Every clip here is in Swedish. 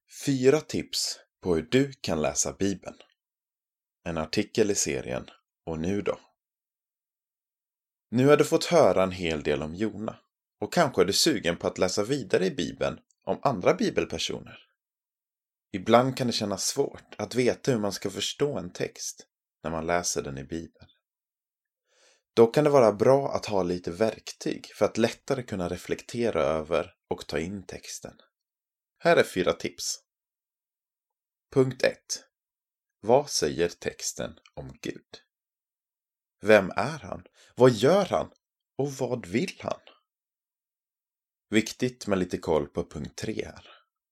4 tips på hur du kan läsa Bibeln. En artikel i serien Och nu då? Nu har du fått höra en hel del om Jona och kanske är du sugen på att läsa vidare i Bibeln om andra bibelpersoner. Ibland kan det kännas svårt att veta hur man ska förstå en text när man läser den i Bibeln. Då kan det vara bra att ha lite verktyg för att lättare kunna reflektera över och ta in texten. Här är 4 tips. Punkt 1. Vad säger texten om Gud? Vem är han? Vad gör han? Och vad vill han? Viktigt med lite koll på punkt 3 här.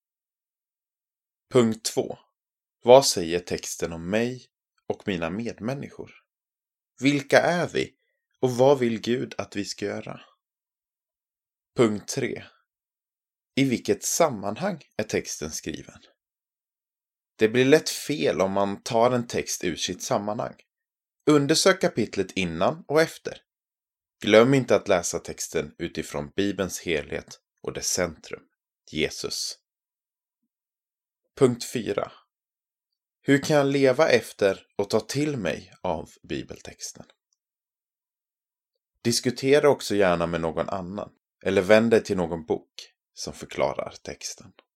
Punkt 2. Vad säger texten om mig och mina medmänniskor? Vilka är vi? Och vad vill Gud att vi ska göra? Punkt 3. I vilket sammanhang är texten skriven? Det blir lätt fel om man tar en text ur sitt sammanhang. Undersök kapitlet innan och efter. Glöm inte att läsa texten utifrån Bibelns helhet och dess centrum, Jesus. Punkt 4. Hur kan jag leva efter och ta till mig av bibeltexten? Diskutera också gärna med någon annan eller vänd dig till någon bok som förklarar texten.